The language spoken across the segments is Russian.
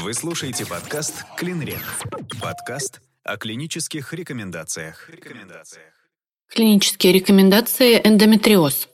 Вы слушаете подкаст «Клинрек». Подкаст о клинических рекомендациях. Клинические рекомендации эндометриоз.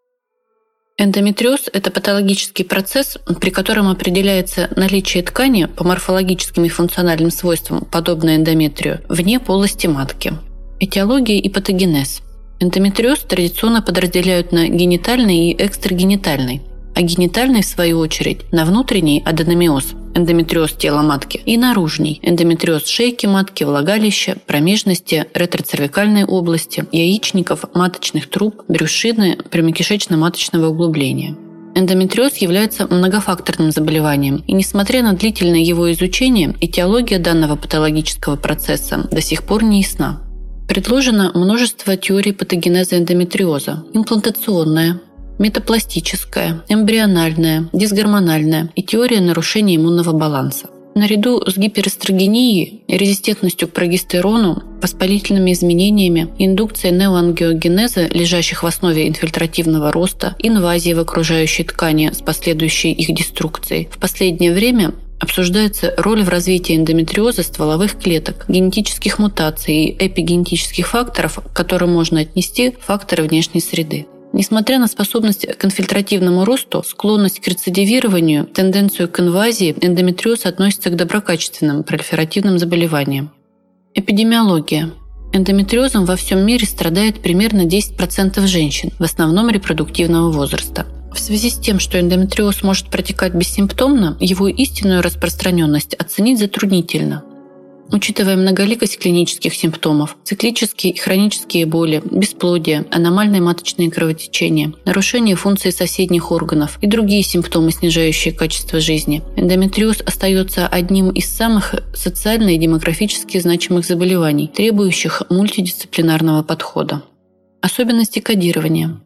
Эндометриоз – это патологический процесс, при котором определяется наличие ткани по морфологическим и функциональным свойствам, подобной эндометрию, вне полости матки. Этиология и патогенез. Эндометриоз традиционно подразделяют на генитальный и экстрагенитальный, а генитальный, в свою очередь, на внутренний аденомиоз, эндометриоз тела матки, и наружный, эндометриоз шейки матки, влагалища, промежности, ретроцервикальной области, яичников, маточных труб, брюшины, прямокишечно-маточного углубления. Эндометриоз является многофакторным заболеванием, и несмотря на длительное его изучение, этиология данного патологического процесса до сих пор не ясна. Предложено множество теорий патогенеза эндометриоза: имплантационная, метапластическая, эмбриональная, дисгормональная и теория нарушения иммунного баланса. Наряду с гиперэстрогенией, резистентностью к прогестерону, воспалительными изменениями, индукцией неоангиогенеза, лежащих в основе инфильтративного роста, инвазией в окружающей ткани с последующей их деструкцией, в последнее время обсуждается роль в развитии эндометриоза стволовых клеток, генетических мутаций и эпигенетических факторов, к которым можно отнести факторы внешней среды. Несмотря на способность к инфильтративному росту, склонность к рецидивированию, тенденцию к инвазии, эндометриоз относится к доброкачественным пролиферативным заболеваниям. Эпидемиология. Эндометриозом во всем мире страдает примерно 10% женщин, в основном репродуктивного возраста. В связи с тем, что эндометриоз может протекать бессимптомно, его истинную распространенность оценить затруднительно. Учитывая многоликость клинических симптомов, циклические и хронические боли, бесплодие, аномальные маточные кровотечения, нарушение функции соседних органов и другие симптомы, снижающие качество жизни, эндометриоз остается одним из самых социально и демографически значимых заболеваний, требующих мультидисциплинарного подхода. Особенности кодирования.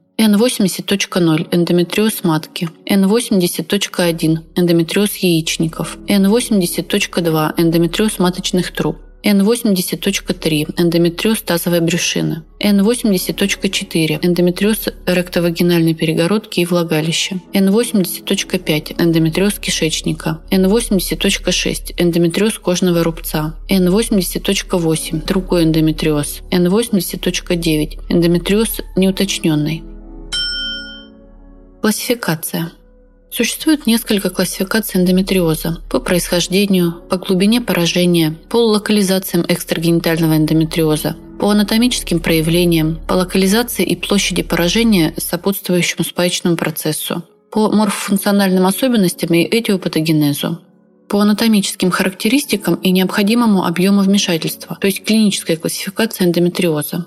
N80.0 – эндометриоз матки, N80.1 – эндометриоз яичников, N80.2 – эндометриоз маточных труб, N80.3 – эндометриоз тазовой брюшины, N80.4 – эндометриоз ректовагинальной перегородки и влагалища, N80.5 – эндометриоз кишечника, N80.6 – эндометриоз кожного рубца, N80.8 – другой эндометриоз, N80.9 – эндометриоз неуточненный. Классификация. Существует несколько классификаций эндометриоза по происхождению, по глубине поражения, по локализациям экстрагенитального эндометриоза, по анатомическим проявлениям, по локализации и площади поражения сопутствующему спаечному процессу, по морфофункциональным особенностям и этиопатогенезу, по анатомическим характеристикам и необходимому объему вмешательства, то есть клиническая классификация эндометриоза.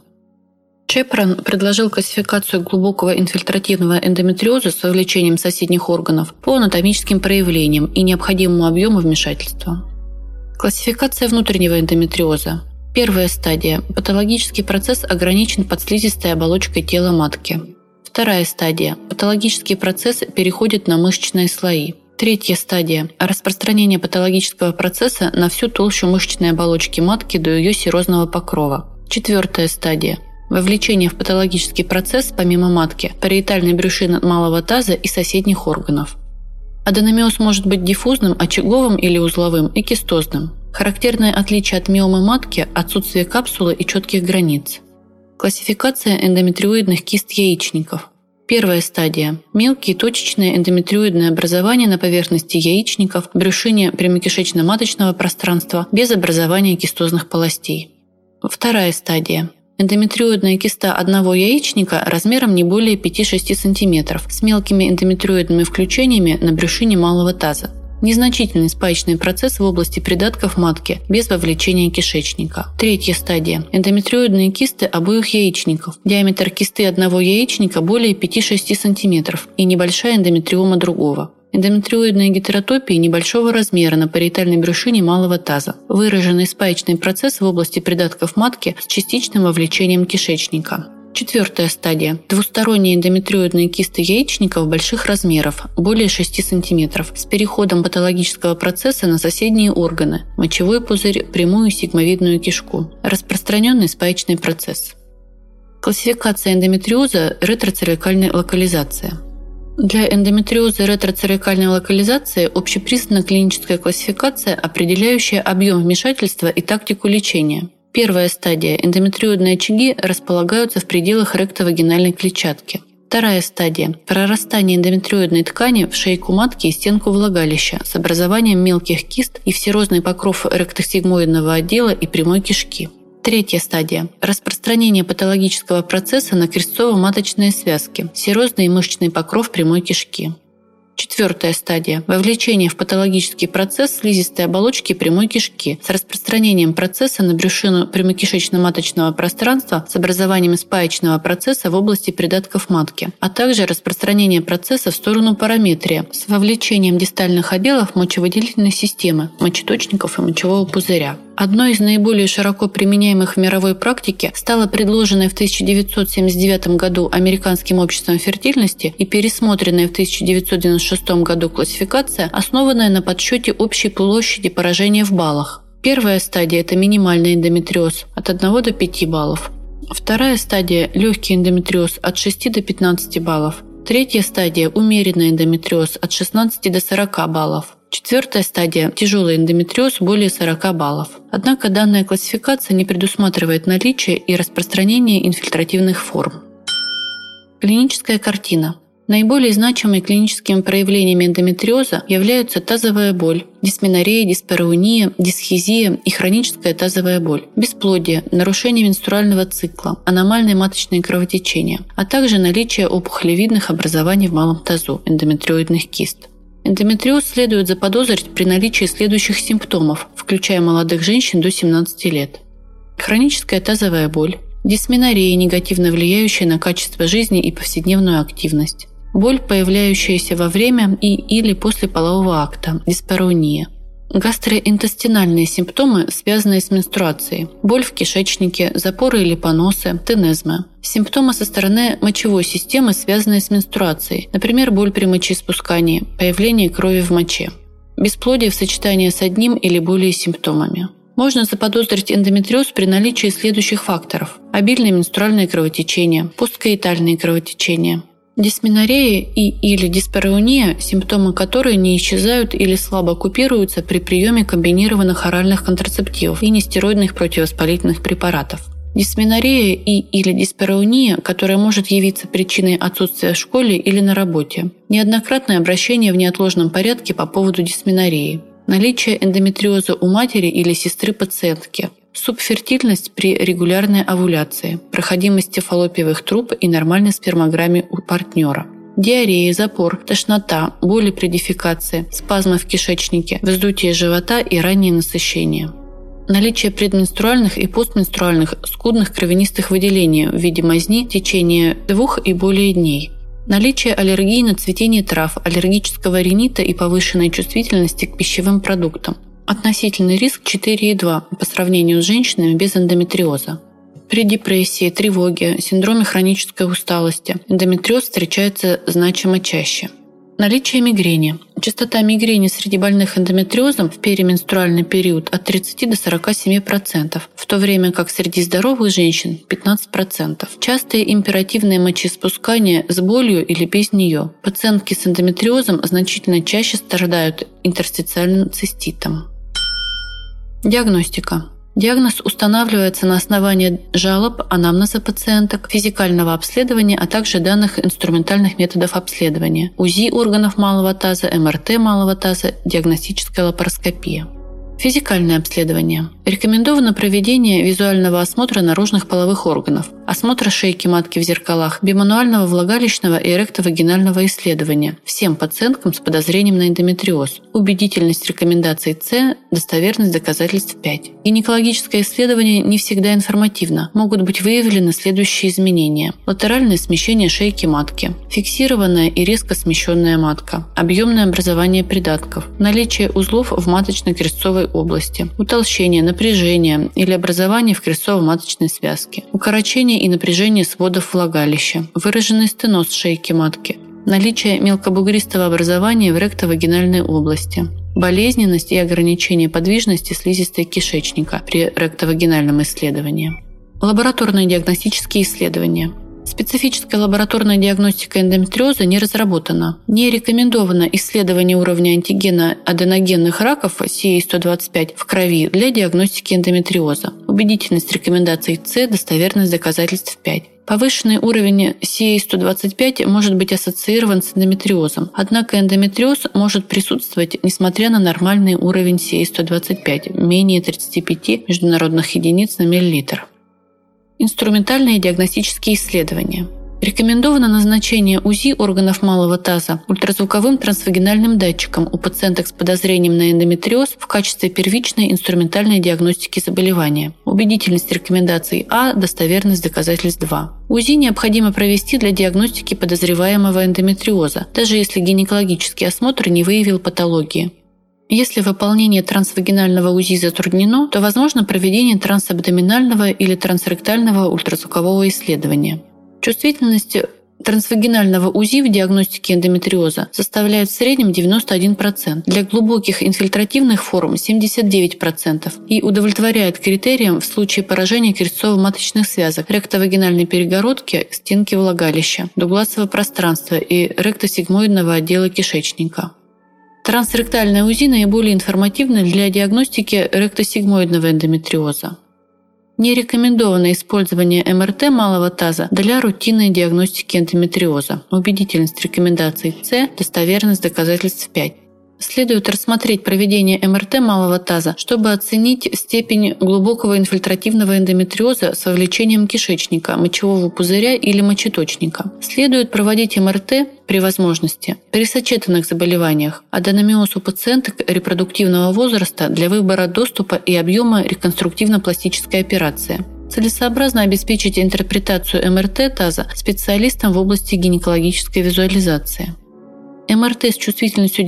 Чепран предложил классификацию глубокого инфильтративного эндометриоза с вовлечением соседних органов по анатомическим проявлениям и необходимому объему вмешательства. Классификация внутреннего эндометриоза. Первая стадия. Патологический процесс ограничен подслизистой оболочкой тела матки. Вторая стадия. Патологический процесс переходит на мышечные слои. Третья стадия. Распространение патологического процесса на всю толщу мышечной оболочки матки до ее серозного покрова. Четвертая стадия. Вовлечение в патологический процесс, помимо матки, париетальной брюшины малого таза и соседних органов. Аденомиоз может быть диффузным, очаговым или узловым и кистозным. Характерное отличие от миомы матки – отсутствие капсулы и четких границ. Классификация эндометриоидных кист яичников. Первая стадия. Мелкие точечные эндометриоидные образования на поверхности яичников, брюшине прямокишечно-маточного пространства без образования кистозных полостей. Вторая стадия. Эндометриоидная киста одного яичника размером не более 5-6 см с мелкими эндометриоидными включениями на брюшине малого таза. Незначительный спаечный процесс в области придатков матки без вовлечения кишечника. Третья стадия. Эндометриоидные кисты обоих яичников. Диаметр кисты одного яичника более 5-6 см и небольшая эндометриома другого. Эндометриоидные гетеротопии небольшого размера на париетальной брюшине малого таза. Выраженный спаечный процесс в области придатков матки с частичным вовлечением кишечника. Четвертая стадия. Двусторонние эндометриоидные кисты яичников больших размеров, более 6 см, с переходом патологического процесса на соседние органы, мочевой пузырь, прямую сигмовидную кишку. Распространенный спаечный процесс. Классификация эндометриоза ретроцервикальной локализации. Для эндометриоза ретроцервикальной локализации общепризнана клиническая классификация, определяющая объем вмешательства и тактику лечения. Первая стадия – эндометриозные очаги располагаются в пределах ректовагинальной клетчатки. Вторая стадия – прорастание эндометриозной ткани в шейку матки и стенку влагалища с образованием мелких кист и всерозный покров ректосигмоидного отдела и прямой кишки. Третья стадия – распространение патологического процесса на крестцово-маточные связки, серозный и мышечный покров прямой кишки. Четвертая стадия – вовлечение в патологический процесс слизистой оболочки прямой кишки с распространением процесса на брюшину прямокишечно-маточного пространства с образованием спаечного процесса в области придатков матки, а также распространение процесса в сторону параметрия с вовлечением дистальных отделов мочевыделительной системы, мочеточников и мочевого пузыря. Одной из наиболее широко применяемых в мировой практике стала предложенная в 1979 году Американским обществом фертильности и пересмотренная в 1996 году классификация, основанная на подсчете общей площади поражения в баллах. Первая стадия – это минимальный эндометриоз от 1 до 5 баллов. Вторая стадия – легкий эндометриоз от 6 до 15 баллов. Третья стадия – умеренный эндометриоз от 16 до 40 баллов. Четвертая стадия – тяжелый эндометриоз более 40 баллов. Однако данная классификация не предусматривает наличие и распространение инфильтративных форм. Клиническая картина. Наиболее значимыми клиническими проявлениями эндометриоза являются тазовая боль, дисменорея, диспарeuния, дисхизия и хроническая тазовая боль, бесплодие, нарушение менструального цикла, аномальные маточные кровотечения, а также наличие опухолевидных образований в малом тазу, эндометриоидных кист. Эндометриоз следует заподозрить при наличии следующих симптомов, включая молодых женщин до 17 лет. Хроническая тазовая боль, дисменорея, негативно влияющая на качество жизни и повседневную активность, боль, появляющаяся во время или после полового акта, диспарeuния, гастроинтестинальные симптомы, связанные с менструацией, боль в кишечнике, запоры или поносы, тенезма, симптомы со стороны мочевой системы, связанные с менструацией, например, боль при мочеиспускании, появление крови в моче, бесплодие в сочетании с одним или более симптомами. Можно заподозрить эндометриоз при наличии следующих факторов: обильное менструальное кровотечение, посткоитальные кровотечения, дисменорея или диспарeuния, симптомы которой не исчезают или слабо купируются при приеме комбинированных оральных контрацептивов и нестероидных противовоспалительных препаратов. Дисменорея или диспарeuния, которая может явиться причиной отсутствия в школе или на работе. Неоднократное обращение в неотложном порядке по поводу дисменореи. Наличие эндометриоза у матери или сестры пациентки. Субфертильность при регулярной овуляции, проходимости фаллопиевых труб и нормальной спермограмме у партнера. Диарея, запор, тошнота, боли при дефекации, спазмы в кишечнике, вздутие живота и раннее насыщение. Наличие предменструальных и постменструальных скудных кровянистых выделений в виде мазни в течение 2 и более дней. Наличие аллергии на цветение трав, аллергического ринита и повышенной чувствительности к пищевым продуктам. Относительный риск 4,2 по сравнению с женщинами без эндометриоза. При депрессии, тревоге, синдроме хронической усталости эндометриоз встречается значимо чаще. Наличие мигрени. Частота мигрени среди больных эндометриозом в перименструальный период от 30 до 47%, в то время как среди здоровых женщин 15%. Частые императивные мочеиспускания с болью или без нее. Пациентки с эндометриозом значительно чаще страдают интерстициальным циститом. Диагностика. Диагноз устанавливается на основании жалоб, анамнеза пациенток, физикального обследования, а также данных инструментальных методов обследования: УЗИ органов малого таза, МРТ малого таза, диагностическая лапароскопия. Физикальное обследование. Рекомендовано проведение визуального осмотра наружных половых органов, осмотра шейки матки в зеркалах, бимануального влагалищного и ректовагинального исследования всем пациенткам с подозрением на эндометриоз. Убедительность рекомендаций С, достоверность доказательств 5. Гинекологическое исследование не всегда информативно. Могут быть выявлены следующие изменения: латеральное смещение шейки матки, фиксированная и резко смещенная матка, объемное образование придатков, наличие узлов в маточно-крестцовой области, утолщение, напряжение или образование в крестцово-маточной связке, укорочение и напряжение сводов влагалища, выраженный стеноз шейки матки, наличие мелкобугристого образования в ректовагинальной области, болезненность и ограничение подвижности слизистой кишечника при ректовагинальном исследовании. Лабораторные диагностические исследования. Специфическая лабораторная диагностика эндометриоза не разработана. Не рекомендовано исследование уровня антигена аденогенных раков CA-125 в крови для диагностики эндометриоза. Убедительность рекомендаций С, достоверность доказательств 5. Повышенный уровень CA-125 может быть ассоциирован с эндометриозом, однако эндометриоз может присутствовать, несмотря на нормальный уровень CA-125, менее 35 международных единиц на миллилитр. Инструментальные диагностические исследования. Рекомендовано назначение УЗИ органов малого таза ультразвуковым трансвагинальным датчиком у пациенток с подозрением на эндометриоз в качестве первичной инструментальной диагностики заболевания. Убедительность рекомендаций А, достоверность доказательств 2. УЗИ необходимо провести для диагностики подозреваемого эндометриоза, даже если гинекологический осмотр не выявил патологии. Если выполнение трансвагинального УЗИ затруднено, то возможно проведение трансабдоминального или трансректального ультразвукового исследования. Чувствительность трансвагинального УЗИ в диагностике эндометриоза составляет в среднем 91%, для глубоких инфильтративных форм 79% и удовлетворяет критериям в случае поражения крестцово-маточных связок, ректовагинальной перегородки, стенки влагалища, дугласового пространства и ректосигмоидного отдела кишечника. Трансректальное УЗИ наиболее информативно для диагностики ректосигмоидного эндометриоза. Не рекомендовано использование МРТ малого таза для рутинной диагностики эндометриоза. Убедительность рекомендаций С, достоверность доказательств 5. Следует рассмотреть проведение МРТ малого таза, чтобы оценить степень глубокого инфильтративного эндометриоза с вовлечением кишечника, мочевого пузыря или мочеточника. Следует проводить МРТ при возможности при сочетанных заболеваниях, аденомиоз у пациенток репродуктивного возраста для выбора доступа и объема реконструктивно-пластической операции. Целесообразно обеспечить интерпретацию МРТ таза специалистам в области гинекологической визуализации. МРТ с чувствительностью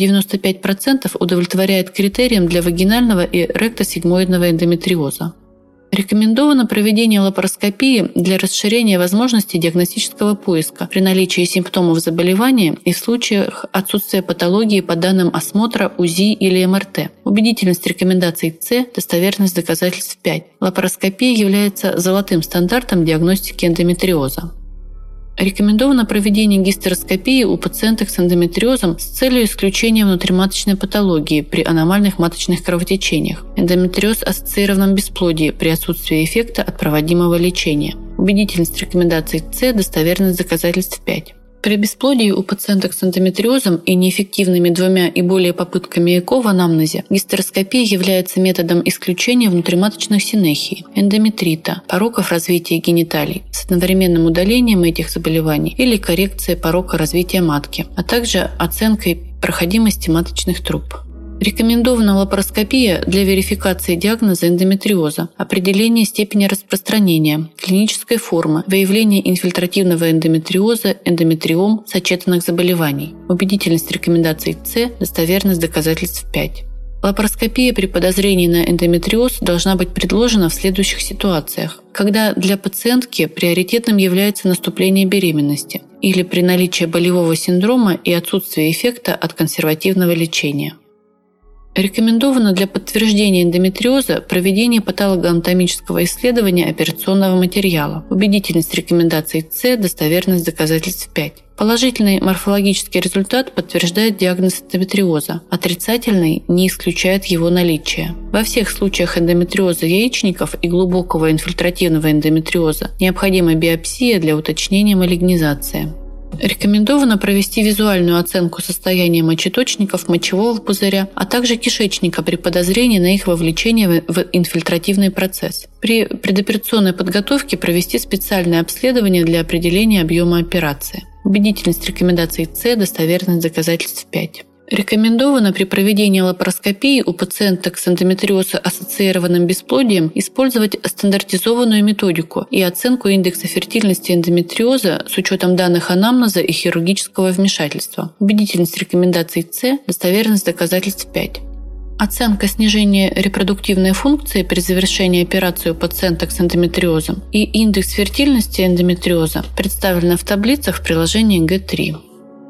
95% удовлетворяет критериям для вагинального и ректосигмоидного эндометриоза. Рекомендовано проведение лапароскопии для расширения возможностей диагностического поиска при наличии симптомов заболевания и в случаях отсутствия патологии по данным осмотра, УЗИ или МРТ. Убедительность рекомендаций С, достоверность доказательств 5. Лапароскопия является золотым стандартом диагностики эндометриоза. Рекомендовано проведение гистероскопии у пациенток с эндометриозом с целью исключения внутриматочной патологии при аномальных маточных кровотечениях, эндометриоз ассоциированном бесплодии при отсутствии эффекта от проводимого лечения. Убедительность рекомендаций С, достоверность доказательств 5. При бесплодии у пациенток с эндометриозом и неэффективными 2 и более попытками ЭКО в анамнезе гистероскопия является методом исключения внутриматочных синехий, эндометрита, пороков развития гениталий с одновременным удалением этих заболеваний или коррекцией порока развития матки, а также оценкой проходимости маточных труб. Рекомендована лапароскопия для верификации диагноза эндометриоза, определения степени распространения, клинической формы, выявления инфильтративного эндометриоза, эндометриом, сочетанных заболеваний. Убедительность рекомендаций С, достоверность доказательств 5. Лапароскопия при подозрении на эндометриоз должна быть предложена в следующих ситуациях: когда для пациентки приоритетным является наступление беременности или при наличии болевого синдрома и отсутствии эффекта от консервативного лечения. Рекомендовано для подтверждения эндометриоза проведение патологоанатомического исследования операционного материала. Убедительность рекомендаций С, достоверность доказательств 5. Положительный морфологический результат подтверждает диагноз эндометриоза. Отрицательный не исключает его наличие. Во всех случаях эндометриоза яичников и глубокого инфильтративного эндометриоза необходима биопсия для уточнения малигнизации. Рекомендовано провести визуальную оценку состояния мочеточников, мочевого пузыря, а также кишечника при подозрении на их вовлечение в инфильтративный процесс. При предоперационной подготовке провести специальное обследование для определения объема операции. Убедительность рекомендаций С, достоверность доказательств 5. Рекомендовано при проведении лапароскопии у пациенток с эндометриоз-ассоциированным бесплодием использовать стандартизованную методику и оценку индекса фертильности эндометриоза с учетом данных анамнеза и хирургического вмешательства. Убедительность рекомендаций С, достоверность доказательств 5. Оценка снижения репродуктивной функции при завершении операции у пациенток с эндометриозом и индекс фертильности эндометриоза представлены в таблицах в приложении Г3.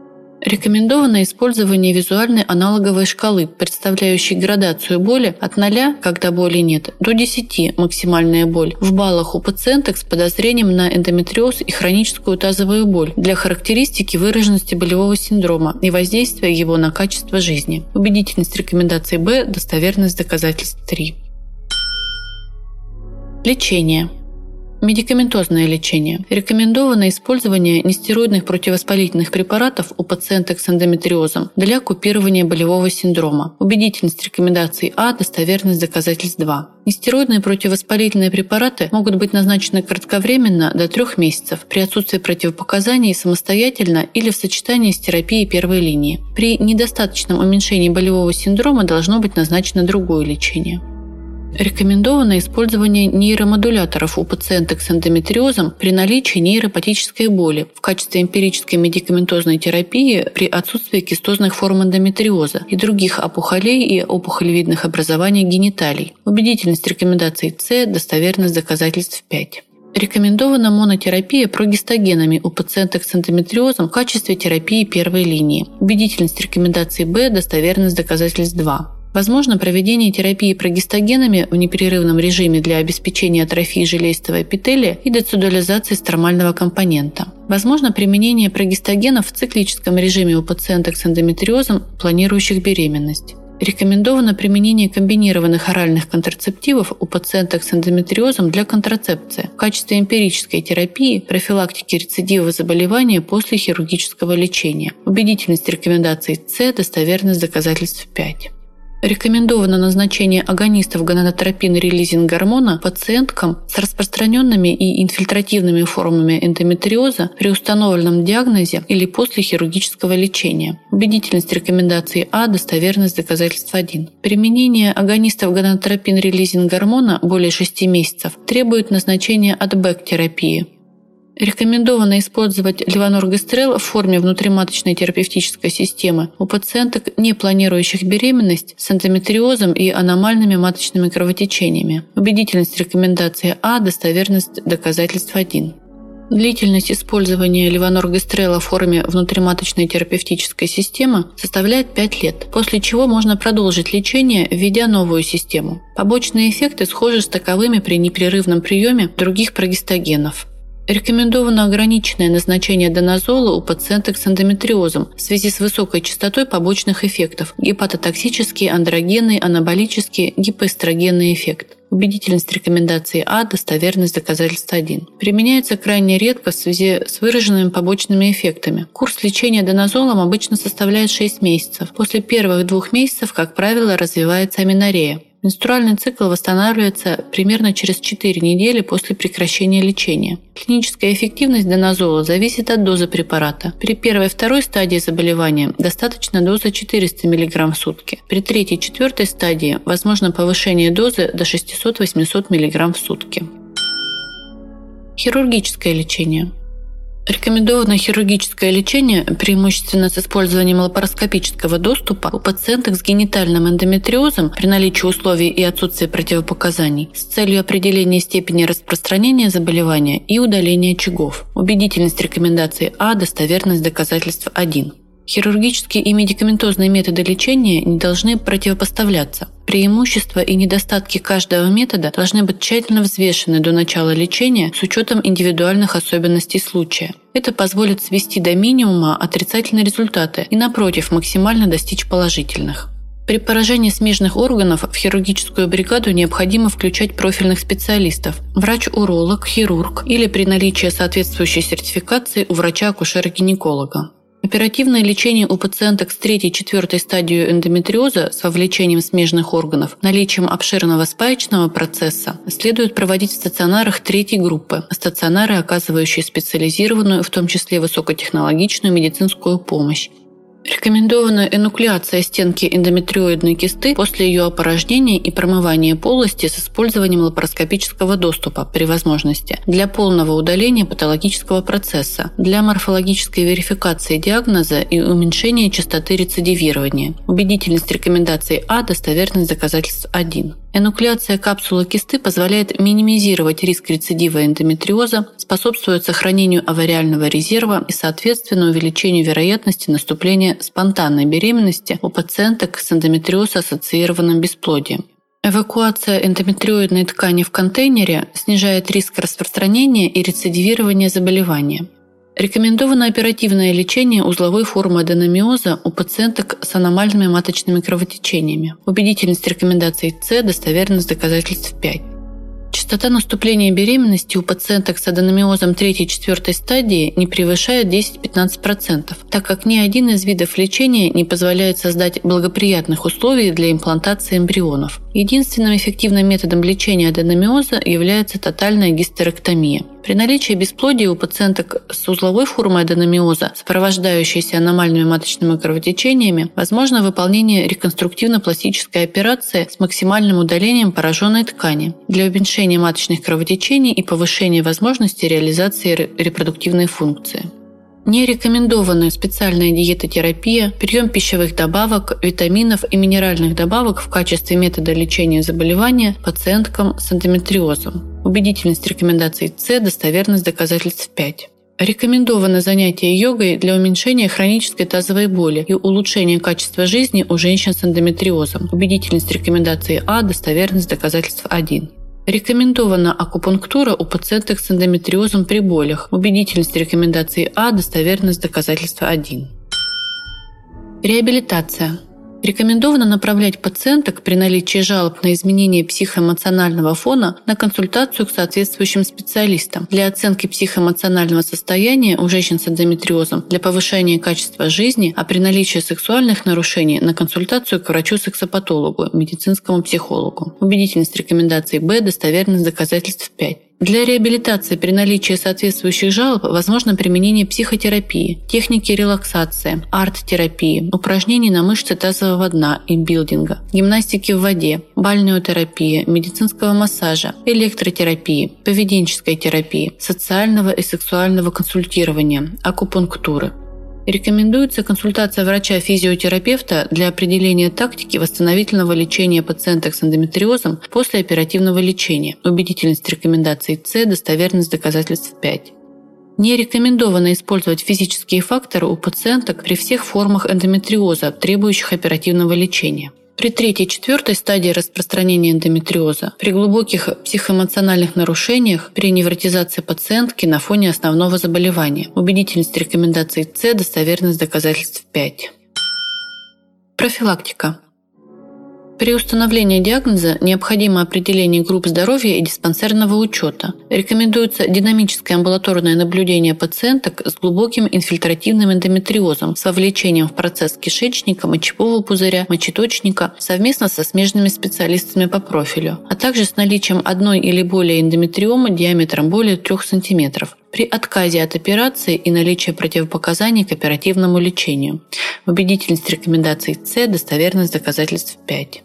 Рекомендовано использование визуальной аналоговой шкалы, представляющей градацию боли от 0, когда боли нет, до 10, максимальная боль, в баллах у пациенток с подозрением на эндометриоз и хроническую тазовую боль для характеристики выраженности болевого синдрома и воздействия его на качество жизни. Убедительность рекомендаций Б, достоверность доказательств 3. Лечение. Медикаментозное лечение. Рекомендовано использование нестероидных противовоспалительных препаратов у пациенток с эндометриозом для купирования болевого синдрома. Убедительность рекомендаций А, достоверность доказательств 2. Нестероидные противовоспалительные препараты могут быть назначены кратковременно до 3 месяцев при отсутствии противопоказаний самостоятельно или в сочетании с терапией первой линии. При недостаточном уменьшении болевого синдрома должно быть назначено другое лечение. Рекомендовано использование нейромодуляторов у пациенток с эндометриозом при наличии нейропатической боли в качестве эмпирической медикаментозной терапии при отсутствии кистозных форм эндометриоза и других опухолей и опухолевидных образований гениталий. Убедительность рекомендаций С, достоверность доказательств 5. Рекомендована монотерапия прогестогенами у пациенток с эндометриозом в качестве терапии первой линии. Убедительность рекомендаций Б, достоверность доказательств 2. Возможно проведение терапии прогестогенами в непрерывном режиме для обеспечения атрофии желейистого эпителия и децидуализации стромального компонента. Возможно применение прогестогенов в циклическом режиме у пациенток с эндометриозом, планирующих беременность. Рекомендовано применение комбинированных оральных контрацептивов у пациенток с эндометриозом для контрацепции в качестве эмпирической терапии, профилактики рецидива заболевания после хирургического лечения. Убедительность рекомендаций С, достоверность доказательств 5. Рекомендовано назначение агонистов гонадотропин-релизинг гормона пациенткам с распространенными и инфильтративными формами эндометриоза при установленном диагнозе или после хирургического лечения. Убедительность рекомендаций А, достоверность доказательств 1. Применение агонистов гонадотропин-релизинг гормона более 6 месяцев требует назначения АДБЭК-терапии. Рекомендовано использовать левоноргестрел в форме внутриматочной терапевтической системы у пациенток, не планирующих беременность, с эндометриозом и аномальными маточными кровотечениями. Убедительность рекомендации А, достоверность доказательств 1. Длительность использования левоноргестрела в форме внутриматочной терапевтической системы составляет 5 лет, после чего можно продолжить лечение, введя новую систему. Побочные эффекты схожи с таковыми при непрерывном приеме других прогестогенов. Рекомендовано ограниченное назначение доназола у пациенток с эндометриозом в связи с высокой частотой побочных эффектов – гепатотоксический, андрогенный, анаболический, гипоэстрогенный эффект. Убедительность рекомендации А, достоверность доказательств 1. Применяется крайне редко в связи с выраженными побочными эффектами. Курс лечения доназолом обычно составляет 6 месяцев. После первых 2 месяцев, как правило, развивается аменорея. Менструальный цикл восстанавливается примерно через 4 недели после прекращения лечения. Клиническая эффективность доназола зависит от дозы препарата. При первой и второй стадии заболевания достаточно дозы 400 мг в сутки. При третьей и четвертой стадии возможно повышение дозы до 600-800 мг в сутки. Хирургическое лечение. Рекомендовано хирургическое лечение преимущественно с использованием лапароскопического доступа у пациенток с генитальным эндометриозом при наличии условий и отсутствии противопоказаний с целью определения степени распространения заболевания и удаления очагов. Убедительность рекомендаций А, достоверность доказательств 1. Хирургические и медикаментозные методы лечения не должны противопоставляться. Преимущества и недостатки каждого метода должны быть тщательно взвешены до начала лечения с учетом индивидуальных особенностей случая. Это позволит свести до минимума отрицательные результаты и, напротив, максимально достичь положительных. При поражении смежных органов в хирургическую бригаду необходимо включать профильных специалистов – врач-уролог, хирург или при наличии соответствующей сертификации у врача-акушера-гинеколога. Оперативное лечение у пациенток с 3 и 4 стадией эндометриоза с вовлечением смежных органов, наличием обширного спаечного процесса следует проводить в стационарах 3-й группы, стационары, оказывающие специализированную, в том числе высокотехнологичную медицинскую помощь. Рекомендована энуклеация стенки эндометриоидной кисты после ее опорожнения и промывания полости с использованием лапароскопического доступа при возможности для полного удаления патологического процесса, для морфологической верификации диагноза и уменьшения частоты рецидивирования. Убедительность рекомендаций А, достоверность доказательств 1. Энуклеация капсулы кисты позволяет минимизировать риск рецидива эндометриоза, способствует сохранению авариального резерва и, соответственно, увеличению вероятности наступления спонтанной беременности у пациенток с эндометриоз-ассоциированным бесплодием. Эвакуация эндометриоидной ткани в контейнере снижает риск распространения и рецидивирования заболевания. Рекомендовано оперативное лечение узловой формы аденомиоза у пациенток с аномальными маточными кровотечениями. Убедительность рекомендаций С, достоверность доказательств 5. Частота наступления беременности у пациенток с аденомиозом 3-4 стадии не превышает 10-15%, так как ни один из видов лечения не позволяет создать благоприятных условий для имплантации эмбрионов. Единственным эффективным методом лечения аденомиоза является тотальная гистерэктомия. При наличии бесплодия у пациенток с узловой формой аденомиоза, сопровождающейся аномальными маточными кровотечениями, возможно выполнение реконструктивно-пластической операции с максимальным удалением пораженной ткани для уменьшения маточных кровотечений и повышения возможности реализации репродуктивной функции. Не рекомендованы специальная диетотерапия, прием пищевых добавок, витаминов и минеральных добавок в качестве метода лечения заболевания пациенткам с эндометриозом. Убедительность рекомендаций С, достоверность доказательств 5. Рекомендовано занятие йогой для уменьшения хронической тазовой боли и улучшения качества жизни у женщин с эндометриозом. Убедительность рекомендаций А, достоверность доказательств 1. Рекомендована акупунктура у пациенток с эндометриозом при болях. Убедительность рекомендаций А, достоверность доказательства 1. Реабилитация. Рекомендовано направлять пациенток при наличии жалоб на изменение психоэмоционального фона на консультацию к соответствующим специалистам для оценки психоэмоционального состояния у женщин с эндометриозом, для повышения качества жизни, а при наличии сексуальных нарушений на консультацию к врачу-сексопатологу, медицинскому психологу. Убедительность рекомендаций Б, достоверность доказательств 5. Для реабилитации при наличии соответствующих жалоб возможно применение психотерапии, техники релаксации, арт-терапии, упражнений на мышцы тазового дна и билдинга, гимнастики в воде, бальнеотерапии, медицинского массажа, электротерапии, поведенческой терапии, социального и сексуального консультирования, акупунктуры. Рекомендуется консультация врача-физиотерапевта для определения тактики восстановительного лечения пациенток с эндометриозом после оперативного лечения. Убедительность рекомендаций С, достоверность доказательств 5. Не рекомендовано использовать физические факторы у пациенток при всех формах эндометриоза, требующих оперативного лечения. При 3-4 стадии распространения эндометриоза, при глубоких психоэмоциональных нарушениях, при невротизации пациентки на фоне основного заболевания. Убедительность рекомендаций С, достоверность доказательств 5. Профилактика. При установлении диагноза необходимо определение групп здоровья и диспансерного учета. Рекомендуется динамическое амбулаторное наблюдение пациенток с глубоким инфильтративным эндометриозом с вовлечением в процесс кишечника, мочевого пузыря, мочеточника совместно со смежными специалистами по профилю, а также с наличием одной или более эндометриомы диаметром более 3 см. При отказе от операции и наличии противопоказаний к оперативному лечению. Убедительность рекомендаций С, достоверность доказательств 5.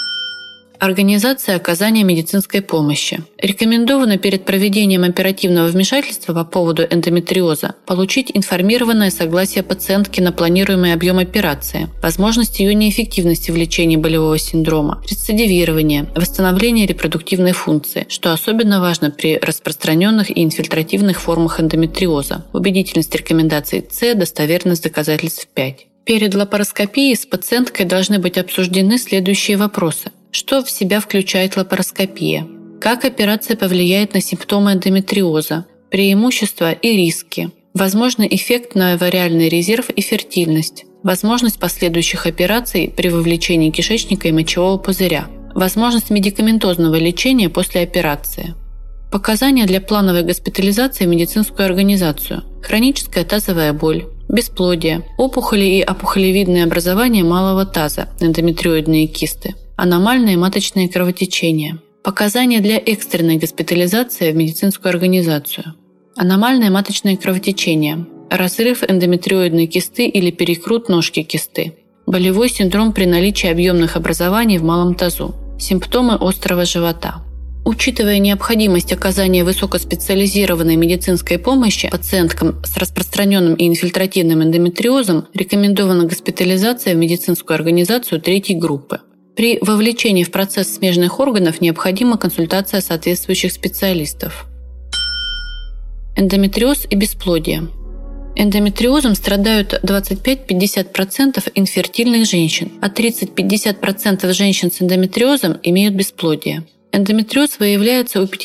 Организация оказания медицинской помощи. Рекомендовано перед проведением оперативного вмешательства по поводу эндометриоза получить информированное согласие пациентки на планируемый объем операции, возможность ее неэффективности в лечении болевого синдрома, рецидивирования, восстановления репродуктивной функции, что особенно важно при распространенных и инфильтративных формах эндометриоза. Убедительность рекомендаций С, достоверность доказательств 5. Перед лапароскопией с пациенткой должны быть обсуждены следующие вопросы. Что в себя включает лапароскопия? Как операция повлияет на симптомы эндометриоза? Преимущества и риски? Возможный эффект на овариальный резерв и фертильность? Возможность последующих операций при вовлечении кишечника и мочевого пузыря? Возможность медикаментозного лечения после операции? Показания для плановой госпитализации в медицинскую организацию. Хроническая тазовая боль, бесплодие, опухоли и опухолевидные образования малого таза, эндометриоидные кисты, аномальные маточные кровотечения. Показания для экстренной госпитализации в медицинскую организацию. Аномальное маточное кровотечение, разрыв эндометриоидной кисты или перекрут ножки кисты, болевой синдром при наличии объемных образований в малом тазу, симптомы острого живота. Учитывая необходимость оказания высокоспециализированной медицинской помощи пациенткам с распространенным и инфильтративным эндометриозом, рекомендована госпитализация в медицинскую организацию 3-й группы. При вовлечении в процесс смежных органов необходима консультация соответствующих специалистов. Эндометриоз и бесплодие. Эндометриозом страдают 25-50% инфертильных женщин, а 30-50% женщин с эндометриозом имеют бесплодие. Эндометриоз выявляется у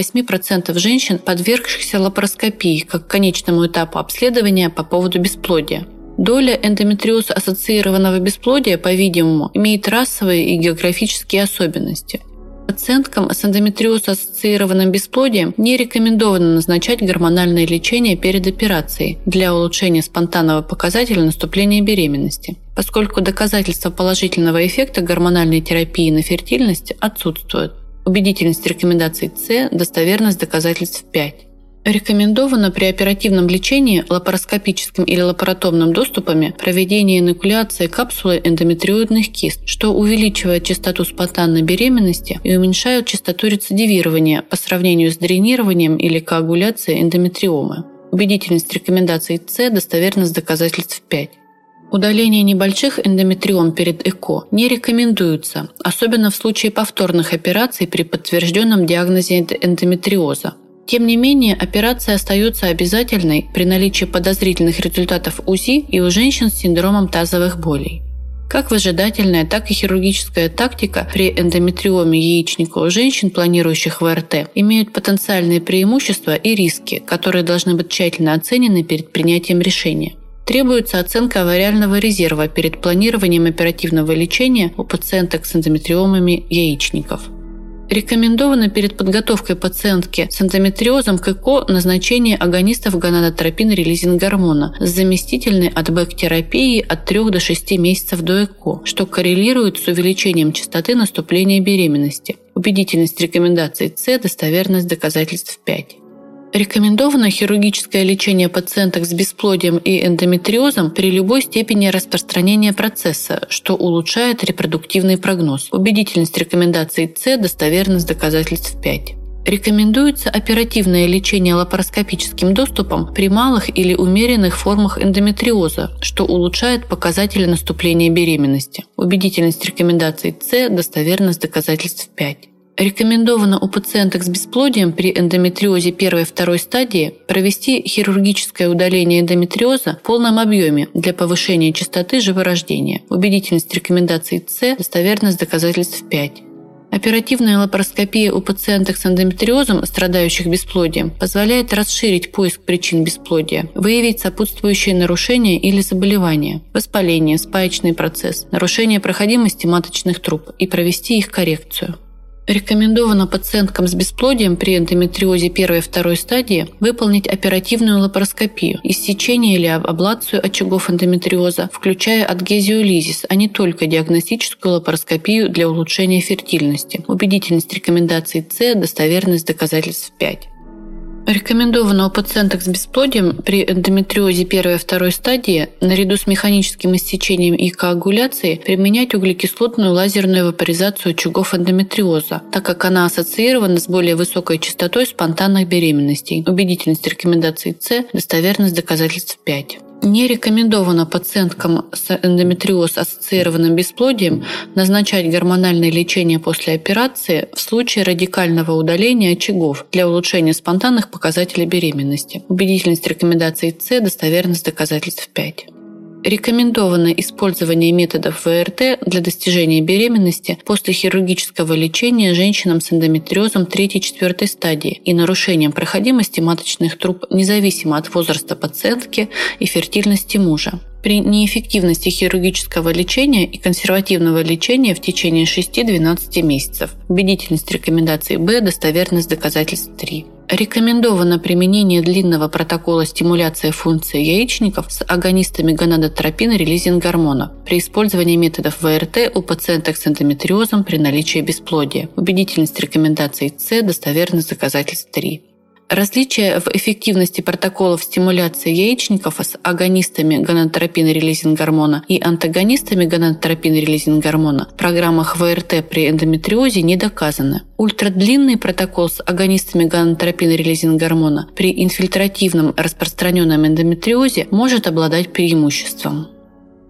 58% женщин, подвергшихся лапароскопии, как конечному этапу обследования по поводу бесплодия. Доля эндометриоз-ассоциированного бесплодия, по-видимому, имеет расовые и географические особенности. Пациенткам с эндометриоз-ассоциированным бесплодием не рекомендовано назначать гормональное лечение перед операцией для улучшения спонтанного показателя наступления беременности, поскольку доказательства положительного эффекта гормональной терапии на фертильность отсутствуют. Убедительность рекомендаций С, достоверность доказательств 5. Рекомендовано при оперативном лечении лапароскопическим или лапаротомным доступами проведение инокуляции капсулы эндометриоидных кист, что увеличивает частоту спонтанной беременности и уменьшает частоту рецидивирования по сравнению с дренированием или коагуляцией эндометриомы. Убедительность рекомендаций С, достоверность доказательств 5. Удаление небольших эндометриом перед ЭКО не рекомендуется, особенно в случае повторных операций при подтвержденном диагнозе эндометриоза. Тем не менее, операция остается обязательной при наличии подозрительных результатов УЗИ и у женщин с синдромом тазовых болей. Как выжидательная, так и хирургическая тактика при эндометриоме яичника у женщин, планирующих ВРТ, имеют потенциальные преимущества и риски, которые должны быть тщательно оценены перед принятием решения. Требуется оценка авариального резерва перед планированием оперативного лечения у пациенток с эндометриомами яичников. Рекомендовано перед подготовкой пациентки с эндометриозом к ЭКО назначение агонистов гонадотропин-релизинг гормона с заместительной АТБЭК-терапией от 3 до 6 месяцев до ЭКО, что коррелирует с увеличением частоты наступления беременности. Убедительность рекомендаций С, достоверность доказательств 5. Рекомендовано хирургическое лечение пациенток с бесплодием и эндометриозом при любой степени распространения процесса, что улучшает репродуктивный прогноз. Убедительность рекомендаций С, достоверность доказательств 5. Рекомендуется оперативное лечение лапароскопическим доступом при малых или умеренных формах эндометриоза, что улучшает показатели наступления беременности. Убедительность рекомендаций С, достоверность доказательств 5. Рекомендовано у пациенток с бесплодием при эндометриозе 1-2 стадии провести хирургическое удаление эндометриоза в полном объеме для повышения частоты живорождения. Убедительность рекомендаций С, достоверность доказательств 5. Оперативная лапароскопия у пациенток с эндометриозом, страдающих бесплодием, позволяет расширить поиск причин бесплодия, выявить сопутствующие нарушения или заболевания, воспаление, спаечный процесс, нарушение проходимости маточных труб и провести их коррекцию. Рекомендовано пациенткам с бесплодием при эндометриозе 1-2 стадии выполнить оперативную лапароскопию, иссечение или аблацию очагов эндометриоза, включая адгезиолизис, а не только диагностическую лапароскопию для улучшения фертильности. Убедительность рекомендаций С, достоверность доказательств 5. Рекомендовано у пациенток с бесплодием при эндометриозе 1-2 стадии наряду с механическим иссечением и коагуляцией применять углекислотную лазерную вапоризацию очагов эндометриоза, так как она ассоциирована с более высокой частотой спонтанных беременностей. Убедительность рекомендаций С, достоверность доказательств 5. Не рекомендовано пациенткам с эндометриоз-ассоциированным бесплодием назначать гормональное лечение после операции в случае радикального удаления очагов для улучшения спонтанных показателей беременности. Убедительность рекомендаций С, достоверность доказательств 5. Рекомендовано использование методов ВРТ для достижения беременности после хирургического лечения женщинам с эндометриозом 3-4 стадии и нарушением проходимости маточных труб независимо от возраста пациентки и фертильности мужа. При неэффективности хирургического лечения и консервативного лечения в течение 6-12 месяцев. Убедительность рекомендаций Б, достоверность доказательств 3. Рекомендовано применение длинного протокола стимуляции функции яичников с агонистами гонадотропин-релизинг гормона при использовании методов ВРТ у пациенток с эндометриозом при наличии бесплодия. Убедительность рекомендаций С, достоверность доказательств 3. Различия в эффективности протоколов стимуляции яичников с агонистами гонадотропин-релизинг гормона и антагонистами гонадотропин-релизинг гормона в программах ВРТ при эндометриозе не доказаны. Ультрадлинный протокол с агонистами гонадотропин-релизинг гормона при инфильтративном распространенном эндометриозе может обладать преимуществом.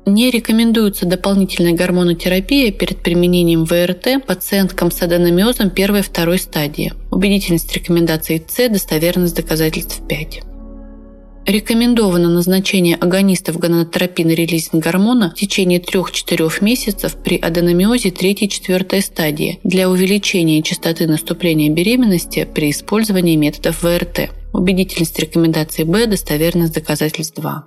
Не рекомендуется дополнительная гормонотерапия перед применением ВРТ пациенткам с аденомиозом 1-2 стадии. Убедительность рекомендаций С, достоверность доказательств 5. Рекомендовано назначение агонистов гонадотропин-релизинг гормона в течение 3-4 месяцев при аденомиозе 3-4 стадии для увеличения частоты наступления беременности при использовании методов ВРТ. Убедительность рекомендаций Б, достоверность доказательств 2.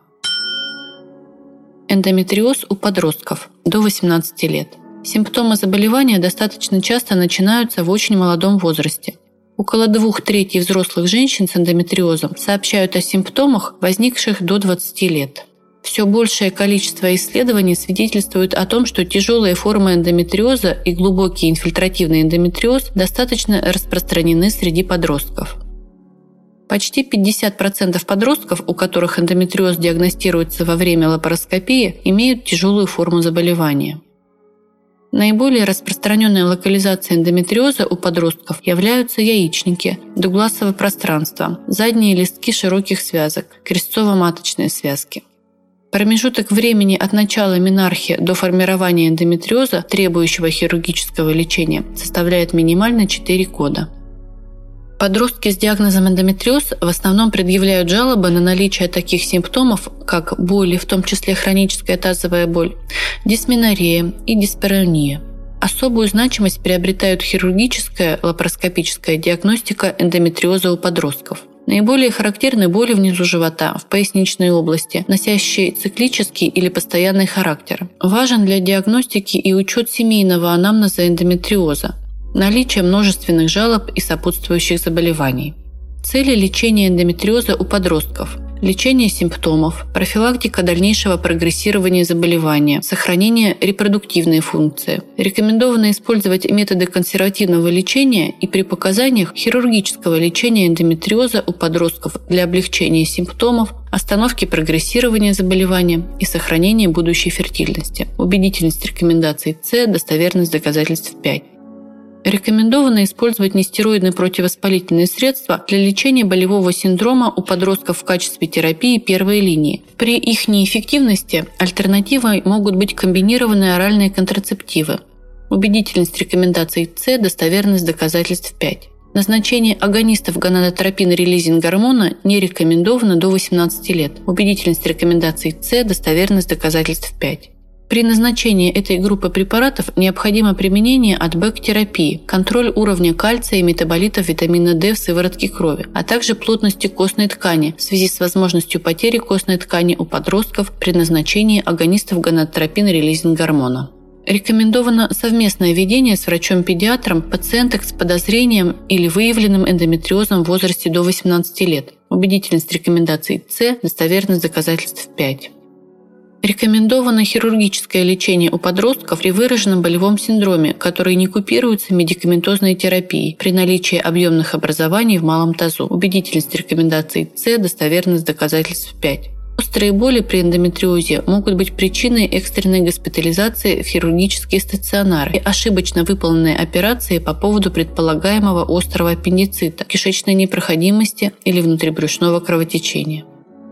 Эндометриоз у подростков до 18 лет. Симптомы заболевания достаточно часто начинаются в очень молодом возрасте. Около 2/3 взрослых женщин с эндометриозом сообщают о симптомах, возникших до 20 лет. Все большее количество исследований свидетельствует о том, что тяжелые формы эндометриоза и глубокий инфильтративный эндометриоз достаточно распространены среди подростков. Почти 50% подростков, у которых эндометриоз диагностируется во время лапароскопии, имеют тяжелую форму заболевания. Наиболее распространенной локализацией эндометриоза у подростков являются яичники, дугласовое пространство, задние листки широких связок, крестцово-маточные связки. Промежуток времени от начала менархии до формирования эндометриоза, требующего хирургического лечения, составляет минимально 4 года. Подростки с диагнозом эндометриоз в основном предъявляют жалобы на наличие таких симптомов, как боли, в том числе хроническая тазовая боль, дисменорея и диспарония. Особую значимость приобретают хирургическая, лапароскопическая диагностика эндометриоза у подростков. Наиболее характерны боли внизу живота, в поясничной области, носящие циклический или постоянный характер. Важен для диагностики и учет семейного анамнеза эндометриоза, наличие множественных жалоб и сопутствующих заболеваний. Цели лечения эндометриоза у подростков: лечение симптомов, профилактика дальнейшего прогрессирования заболевания, сохранение репродуктивной функции. Рекомендовано использовать методы консервативного лечения и при показаниях хирургического лечения эндометриоза у подростков для облегчения симптомов, остановки прогрессирования заболевания и сохранения будущей фертильности. Убедительность рекомендаций С, достоверность доказательств 5. Рекомендовано использовать нестероидные противовоспалительные средства для лечения болевого синдрома у подростков в качестве терапии первой линии. При их неэффективности альтернативой могут быть комбинированные оральные контрацептивы. Убедительность рекомендаций С, достоверность доказательств 5. Назначение агонистов гонадотропин-релизинг гормона не рекомендовано до 18 лет. Убедительность рекомендаций С, достоверность доказательств 5. При назначении этой группы препаратов необходимо применение АТБЭК-терапии, контроль уровня кальция и метаболитов витамина D в сыворотке крови, а также плотности костной ткани в связи с возможностью потери костной ткани у подростков при назначении агонистов гонадотропин-релизинг гормона. Рекомендовано совместное ведение с врачом-педиатром пациенток с подозрением или выявленным эндометриозом в возрасте до 18 лет. Убедительность рекомендаций С, достоверность доказательств 5. Рекомендовано хирургическое лечение у подростков при выраженном болевом синдроме, который не купируется медикаментозной терапией при наличии объемных образований в малом тазу. Убедительность рекомендаций С, достоверность доказательств 5. Острые боли при эндометриозе могут быть причиной экстренной госпитализации в хирургические стационары и ошибочно выполненной операции по поводу предполагаемого острого аппендицита, кишечной непроходимости или внутрибрюшного кровотечения.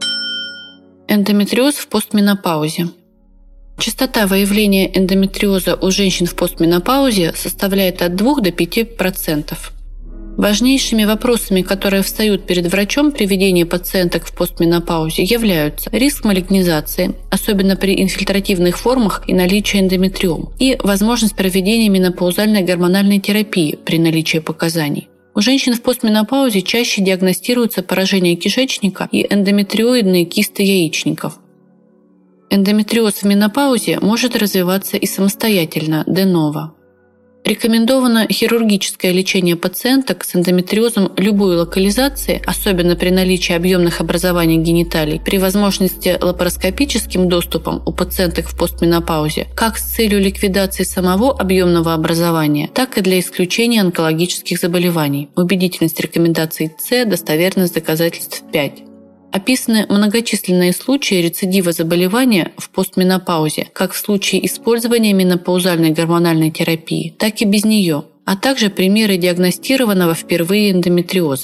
Эндометриоз в постменопаузе. Частота выявления эндометриоза у женщин в постменопаузе составляет от 2 до 5%. Важнейшими вопросами, которые встают перед врачом при ведении пациенток в постменопаузе, являются риск малигнизации, особенно при инфильтративных формах и наличии эндометриома, и возможность проведения менопаузальной гормональной терапии при наличии показаний. У женщин в постменопаузе чаще диагностируются поражение кишечника и эндометриоидные кисты яичников. Эндометриоз в менопаузе может развиваться и самостоятельно, де-ново. Рекомендовано хирургическое лечение пациенток с эндометриозом любой локализации, особенно при наличии объемных образований гениталий, при возможности лапароскопическим доступом у пациенток в постменопаузе, как с целью ликвидации самого объемного образования, так и для исключения онкологических заболеваний. Убедительность рекомендаций С, достоверность доказательств 5. Описаны многочисленные случаи рецидива заболевания в постменопаузе, как в случае использования менопаузальной гормональной терапии, так и без нее, а также примеры диагностированного впервые эндометриоза.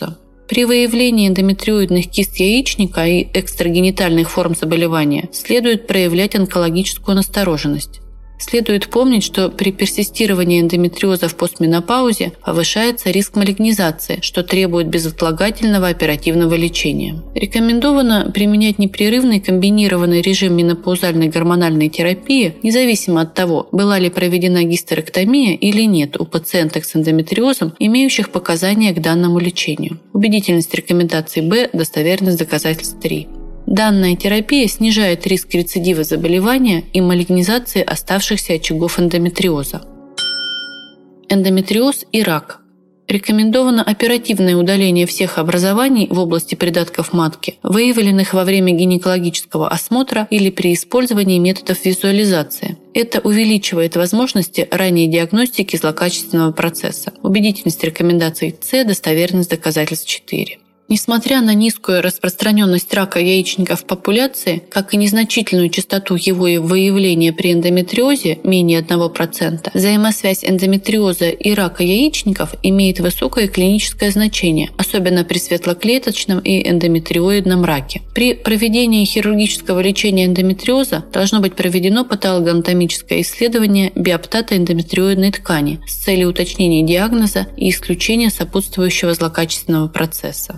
При выявлении эндометриоидных кист яичника и экстрагенитальных форм заболевания следует проявлять онкологическую настороженность. Следует помнить, что при персистировании эндометриоза в постменопаузе повышается риск малигнизации, что требует безотлагательного оперативного лечения. Рекомендовано применять непрерывный комбинированный режим менопаузальной гормональной терапии, независимо от того, была ли проведена гистерэктомия или нет у пациенток с эндометриозом, имеющих показания к данному лечению. Убедительность рекомендаций Б, достоверность доказательств 3. Данная терапия снижает риск рецидива заболевания и малигнизации оставшихся очагов эндометриоза. Эндометриоз и рак. Рекомендовано оперативное удаление всех образований в области придатков матки, выявленных во время гинекологического осмотра или при использовании методов визуализации. Это увеличивает возможности ранней диагностики злокачественного процесса. Убедительность рекомендаций С, достоверность доказательств 4. Несмотря на низкую распространенность рака яичника в популяции, как и незначительную частоту его выявления при эндометриозе менее 1%, взаимосвязь эндометриоза и рака яичников имеет высокое клиническое значение, особенно при светлоклеточном и эндометриоидном раке. При проведении хирургического лечения эндометриоза должно быть проведено патологоанатомическое исследование биоптата эндометриоидной ткани с целью уточнения диагноза и исключения сопутствующего злокачественного процесса.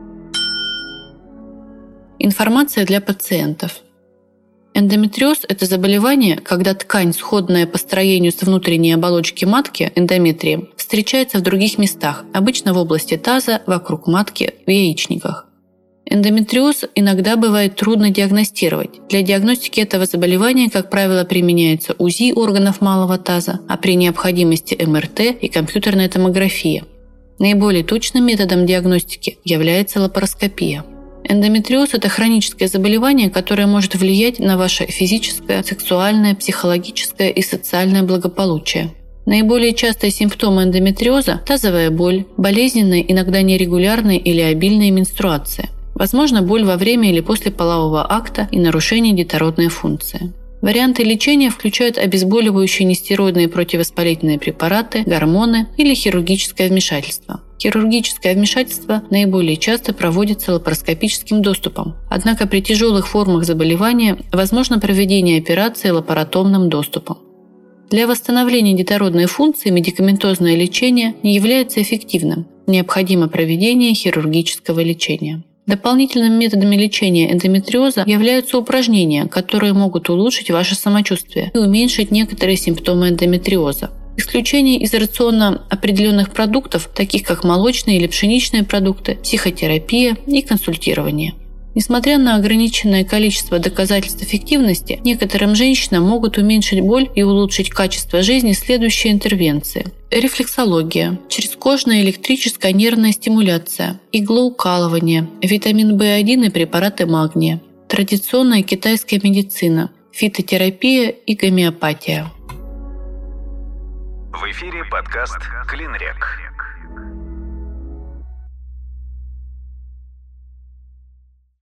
Информация для пациентов. Эндометриоз – это заболевание, когда ткань, сходная по строению с внутренней оболочки матки, эндометрием, встречается в других местах, обычно в области таза, вокруг матки, в яичниках. Эндометриоз иногда бывает трудно диагностировать. Для диагностики этого заболевания, как правило, применяется УЗИ органов малого таза, а при необходимости МРТ и компьютерная томография. Наиболее точным методом диагностики является лапароскопия. Эндометриоз – это хроническое заболевание, которое может влиять на ваше физическое, сексуальное, психологическое и социальное благополучие. Наиболее частые симптомы эндометриоза – тазовая боль, болезненные, иногда нерегулярные или обильные менструации. Возможно, боль во время или после полового акта и нарушение детородной функции. Варианты лечения включают обезболивающие нестероидные противовоспалительные препараты, гормоны или хирургическое вмешательство. Хирургическое вмешательство наиболее часто проводится лапароскопическим доступом, однако при тяжелых формах заболевания возможно проведение операции лапаротомным доступом. Для восстановления детородной функции медикаментозное лечение не является эффективным, необходимо проведение хирургического лечения. Дополнительными методами лечения эндометриоза являются упражнения, которые могут улучшить ваше самочувствие и уменьшить некоторые симптомы эндометриоза. Исключение из рациона определенных продуктов, таких как молочные или пшеничные продукты, психотерапия и консультирование. Несмотря на ограниченное количество доказательств эффективности, некоторым женщинам могут уменьшить боль и улучшить качество жизни следующие интервенции. Рефлексология, черезкожная электрическая нервная стимуляция, иглоукалывание, витамин В1 и препараты магния, традиционная китайская медицина, фитотерапия и гомеопатия. В эфире подкаст «Клинрек».